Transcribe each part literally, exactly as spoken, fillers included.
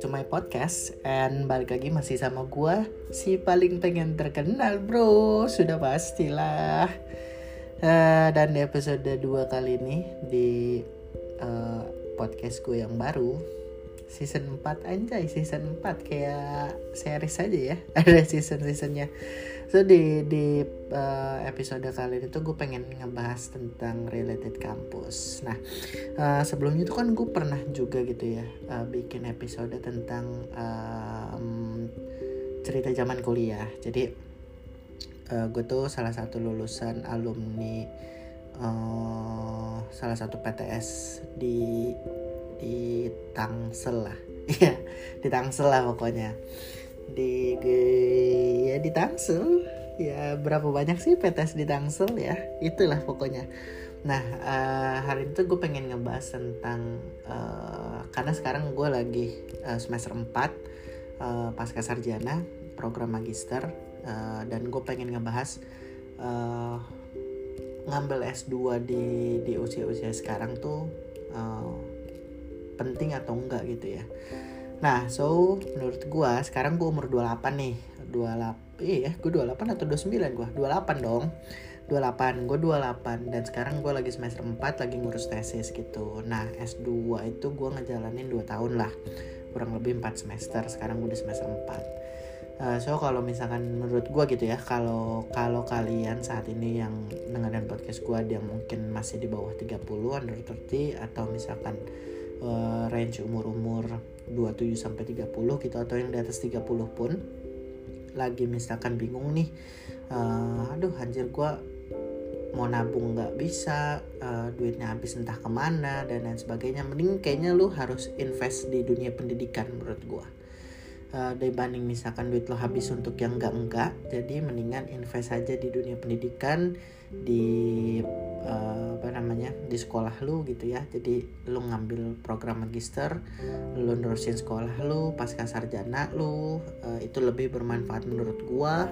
to my podcast. And balik lagi masih sama gue, si paling pengen terkenal bro, sudah pastilah. uh, Dan di episode dua kali ini, di uh, podcast gue yang baru, season empat, anjay season empat, kayak series aja ya. Ada season-seasonnya. So di, di uh, episode kali ini tuh gue pengen ngebahas tentang related kampus. Nah uh, sebelumnya tuh kan gue pernah juga gitu ya uh, bikin episode tentang um, cerita zaman kuliah. Jadi uh, gue tuh salah satu lulusan alumni uh, salah satu P T S di di Tangsel lah. Iya, di Tangsel lah pokoknya. Di ya di Tangsel. Ya berapa banyak sih P T S di Tangsel ya? Itulah pokoknya. Nah, uh, hari ini tuh gue pengen ngebahas tentang uh, karena sekarang gue lagi uh, semester empat uh, pasca sarjana program magister, uh, dan gue pengen ngebahas uh, ngambil S dua di di usia-usia sekarang tuh uh, penting atau enggak gitu ya. Nah, so menurut gue sekarang gue umur dua puluh delapan nih. dua puluh delapan, iya gue dua puluh delapan atau dua puluh sembilan gue? dua puluh delapan dong. dua puluh delapan, gue dua puluh delapan. Dan sekarang gue lagi semester empat, lagi ngurus tesis gitu. Nah, S dua itu gue ngejalanin dua tahun lah. Kurang lebih empat semester, sekarang gue di semester empat. Uh, so kalau misalkan menurut gue gitu ya, kalau kalau kalian saat ini yang dengerin podcast gue, dia mungkin masih di bawah tiga puluh, under tiga puluh, atau misalkan uh, range umur-umur dua puluh tujuh sampai tiga puluh gitu, atau yang di atas tiga puluh pun lagi misalkan bingung nih, uh, aduh anjir gue mau nabung gak bisa, uh, duitnya habis entah kemana dan lain sebagainya. Mending kayaknya lu harus invest di dunia pendidikan menurut gue. Uh, dibanding misalkan duit lo habis untuk yang enggak-enggak, jadi mendingan invest aja di dunia pendidikan, di uh, apa namanya di sekolah lu gitu ya. Jadi lu ngambil program magister, lu nerusin sekolah lu pasca sarjana lu, uh, itu lebih bermanfaat menurut gua.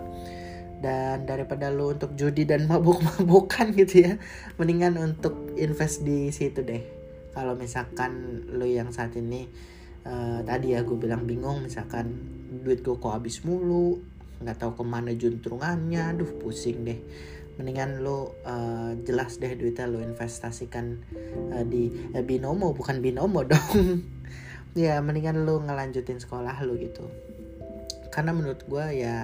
Dan daripada lu untuk judi dan mabuk-mabukan gitu ya, mendingan untuk invest di situ deh. Kalau misalkan lu yang saat ini Uh, tadi ya gue bilang bingung, misalkan duit gue kok habis mulu, nggak tahu kemana juntrungannya, aduh pusing deh. Mendingan lo uh, jelas deh duitnya lo investasikan uh, di eh, binomo, bukan binomo dong. Ya mendingan lo ngelanjutin sekolah lo gitu. Karena menurut gue ya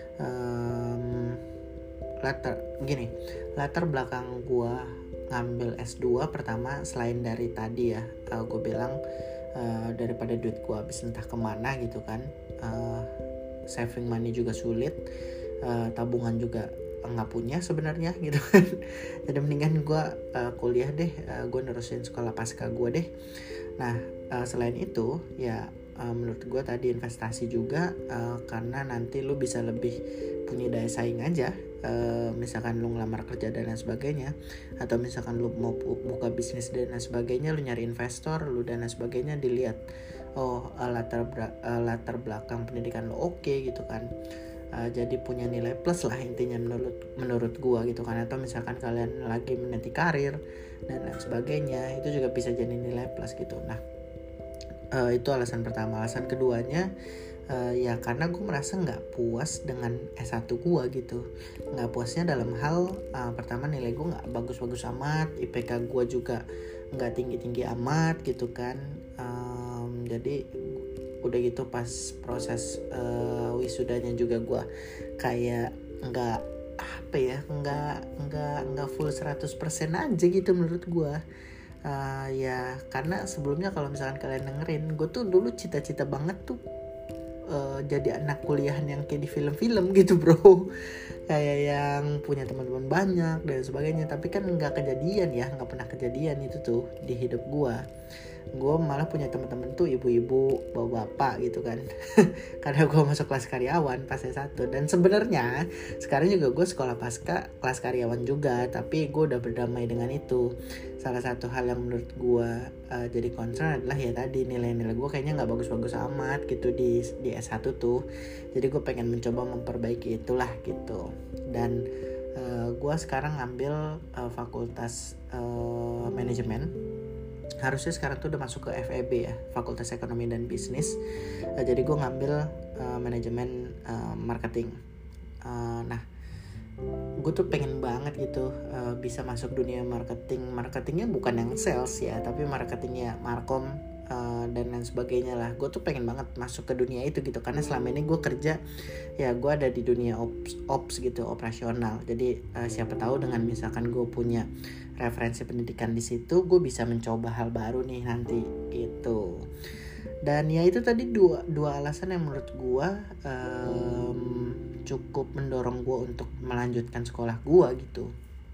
um, latar gini, latar belakang gue ngambil S dua pertama, selain dari tadi ya uh, gue bilang Uh, daripada duit gue habis entah kemana gitu kan, uh, saving money juga sulit, uh, tabungan juga nggak punya sebenarnya gitu kan. Jadi mendingan gue uh, kuliah deh, uh, gue nerusin sekolah pasca gue deh. Nah uh, selain itu ya uh, menurut gue tadi investasi juga, uh, karena nanti lu bisa lebih punya daya saing aja. Uh, misalkan lu ngelamar kerja dan lain sebagainya, atau misalkan lu mau buka bisnis dan lain sebagainya, lu nyari investor lu dan lain sebagainya, dilihat oh uh, latar uh, latar belakang pendidikan lu oke okay, gitu kan. Uh, jadi punya nilai plus lah intinya menurut menurut gua gitu kan. Atau misalkan kalian lagi meniti karir dan lain sebagainya, itu juga bisa jadi nilai plus gitu. Nah uh, itu alasan pertama. Alasan keduanya Uh, ya karena gue merasa gak puas dengan S satu gue gitu. Gak puasnya dalam hal uh, pertama, nilai gue gak bagus-bagus amat, I P K gue juga gak tinggi-tinggi amat gitu kan. um, Jadi udah gitu pas proses uh, wisudanya juga gue kayak gak apa ya, gak, gak, gak full seratus persen aja gitu menurut gue. uh, Ya karena sebelumnya kalau misalkan kalian dengerin, gue tuh dulu cita-cita banget tuh Uh, jadi anak kuliahan yang kayak di film-film gitu bro, kayak yang punya teman-teman banyak dan sebagainya. Tapi kan nggak kejadian ya, nggak pernah kejadian itu tuh di hidup gue. Gue malah punya teman-teman tuh ibu-ibu, bapak-bapak gitu kan. Karena gue masuk kelas karyawan pas S satu. Dan sebenarnya sekarang juga gue sekolah pasca kelas karyawan juga, tapi gue udah berdamai dengan itu. Salah satu hal yang menurut gue uh, jadi concern adalah ya tadi, nilai-nilai gue kayaknya nggak bagus-bagus amat gitu di di S satu tuh. Jadi gue pengen mencoba memperbaiki itulah gitu. Dan uh, gue sekarang ngambil uh, fakultas uh, manajemen harusnya sekarang tuh udah masuk ke F E B ya, Fakultas Ekonomi dan Bisnis. Uh, jadi gue ngambil uh, manajemen uh, marketing. Uh, nah, gue tuh pengen banget gitu uh, bisa masuk dunia marketing. Marketingnya bukan yang sales ya, tapi marketingnya markom uh, dan lain sebagainya lah. Gue tuh pengen banget masuk ke dunia itu gitu, karena selama ini gue kerja ya gue ada di dunia ops, ops gitu, operasional. Jadi uh, siapa tahu dengan misalkan gue punya referensi pendidikan di situ, gue bisa mencoba hal baru nih nanti gitu. Dan ya itu tadi dua dua alasan yang menurut gue um, cukup mendorong gue untuk melanjutkan sekolah gue gitu.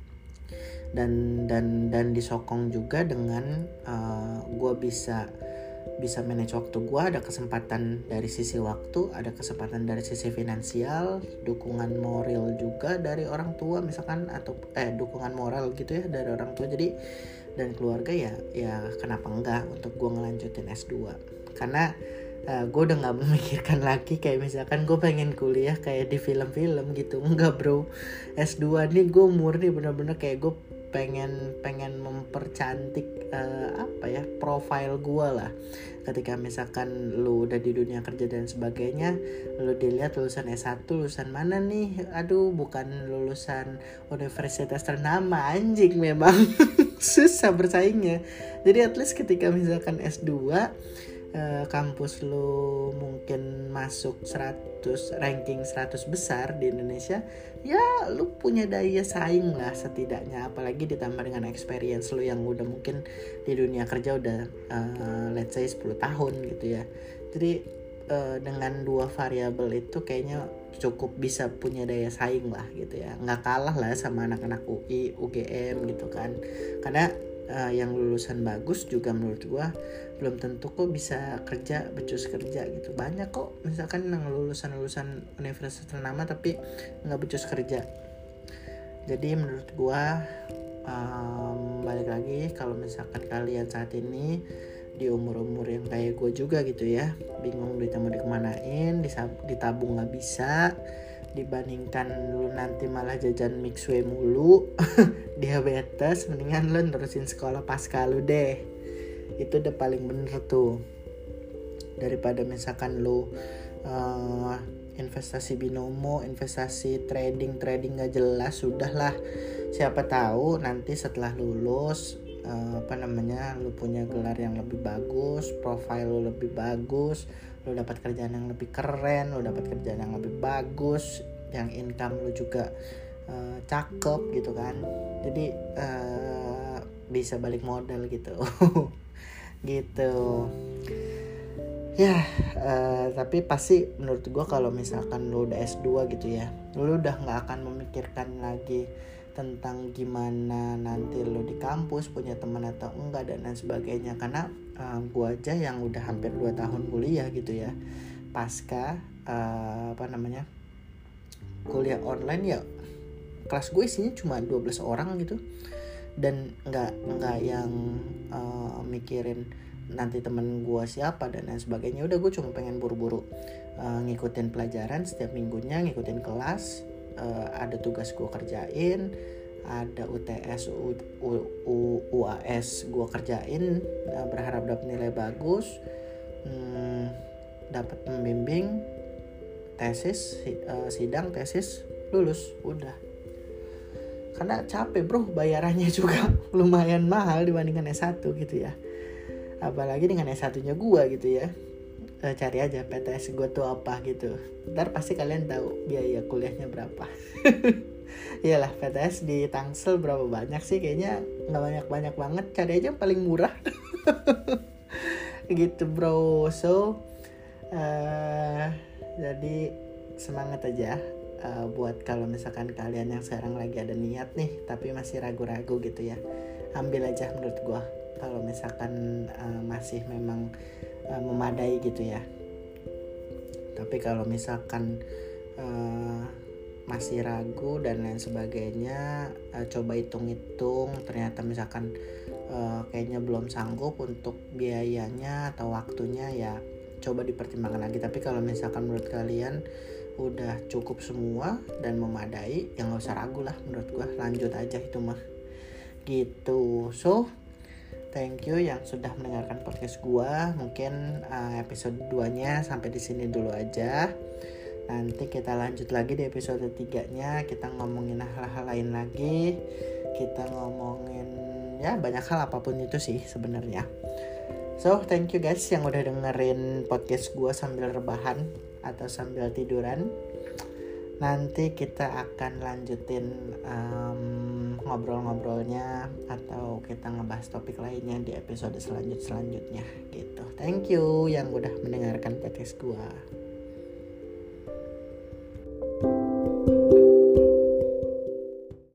Dan dan dan disokong juga dengan uh, gue bisa bisa manage waktu gue, ada kesempatan dari sisi waktu, ada kesempatan dari sisi finansial, dukungan moral juga dari orang tua misalkan, atau eh dukungan moral gitu ya dari orang tua. Jadi dan keluarga ya ya kenapa enggak untuk gue ngelanjutin S dua. Karena uh, gue udah gak memikirkan lagi kayak misalkan gue pengen kuliah kayak di film-film gitu. Enggak bro, S dua nih gue murni bener-bener kayak gue pengen pengen mempercantik uh, apa ya profile gue lah. Ketika misalkan lu udah di dunia kerja dan sebagainya, lu dilihat lulusan S satu lulusan mana nih, aduh bukan lulusan universitas ternama, anjing memang susah bersaingnya. Jadi at least ketika misalkan S dua Uh, kampus lu mungkin masuk seratus, ranking seratus besar di Indonesia, ya lu punya daya saing lah setidaknya. Apalagi ditambah dengan experience lu yang udah mungkin di dunia kerja udah uh, let's say sepuluh tahun gitu ya. Jadi uh, dengan dua variabel itu kayaknya cukup bisa punya daya saing lah gitu ya. Nggak kalah lah sama anak-anak U I, U G M gitu kan. Karena uh, yang lulusan bagus juga menurut gua belum tentu kok bisa kerja, becus kerja gitu. Banyak kok misalkan yang lulusan-lulusan universitas ternama tapi nggak becus kerja. Jadi menurut gua um, balik lagi, kalau misalkan kalian saat ini di umur-umur yang kayak gue juga gitu ya, bingung duitnya mau dikemanain, ditabung nggak bisa, dibandingkan lu nanti malah jajan mixway mulu diabetes, mendingan lu nerusin sekolah pasca lu deh. Itu udah paling bener tuh, daripada misalkan lu uh, investasi binomo, investasi trading trading nggak jelas. Sudahlah, siapa tahu nanti setelah lulus uh, apa namanya lu punya gelar yang lebih bagus, profile lu lebih bagus, lu dapat kerjaan yang lebih keren, lu dapat kerjaan yang lebih bagus, yang income lu juga uh, cakep gitu kan. Jadi uh, bisa balik modal gitu. Gitu ya. Uh, tapi pasti menurut gue kalau misalkan lu udah S dua gitu ya, lu udah gak akan memikirkan lagi tentang gimana nanti lu di kampus punya teman atau enggak dan lain sebagainya. Karena uh, gue aja yang udah hampir dua tahun kuliah gitu ya, pasca uh, apa namanya kuliah online ya, kelas gue isinya cuma dua belas orang gitu. Dan nggak nggak yang uh, mikirin nanti temen gue siapa dan lain sebagainya. Udah gue cuma pengen buru-buru uh, ngikutin pelajaran setiap minggunya, ngikutin kelas, uh, ada tugas gue kerjain, ada U T S, U, U, U, U A S gue kerjain, uh, berharap dapat nilai bagus, hmm, dapat pembimbing, tesis, uh, sidang, tesis, lulus, udah. Karena capek bro, bayarannya juga lumayan mahal dibandingkan S satu gitu ya. Apalagi dengan S satu-nya gue gitu ya. E, cari aja P T S gue tuh apa gitu. Ntar pasti kalian tahu biaya kuliahnya berapa. Iyalah, P T S di Tangsel berapa banyak sih? Kayaknya gak banyak-banyak banget. Cari aja yang paling murah. Gitu bro. So uh, jadi semangat aja. Uh, buat kalau misalkan kalian yang sekarang lagi ada niat nih tapi masih ragu-ragu gitu ya, ambil aja menurut gue kalau misalkan uh, masih memang uh, memadai gitu ya. Tapi kalau misalkan uh, masih ragu dan lain sebagainya, uh, coba hitung-hitung, ternyata misalkan uh, kayaknya belum sanggup untuk biayanya atau waktunya, ya coba dipertimbangkan lagi. Tapi kalau misalkan menurut kalian udah cukup semua dan memadai, ya nggak usah ragu lah menurut gue, lanjut aja itu mah gitu. So thank you yang sudah mendengarkan podcast gua. Mungkin uh, episode dua-nya sampai di sini dulu aja. Nanti kita lanjut lagi di episode tiga-nya. Kita ngomongin hal-hal lain lagi. Kita ngomongin ya banyak hal, apapun itu sih sebenarnya. So, thank you guys yang udah dengerin podcast gua sambil rebahan atau sambil tiduran. Nanti kita akan lanjutin um, ngobrol-ngobrolnya atau kita ngebahas topik lainnya di episode selanjut selanjutnya gitu. Thank you yang udah mendengarkan podcast gua.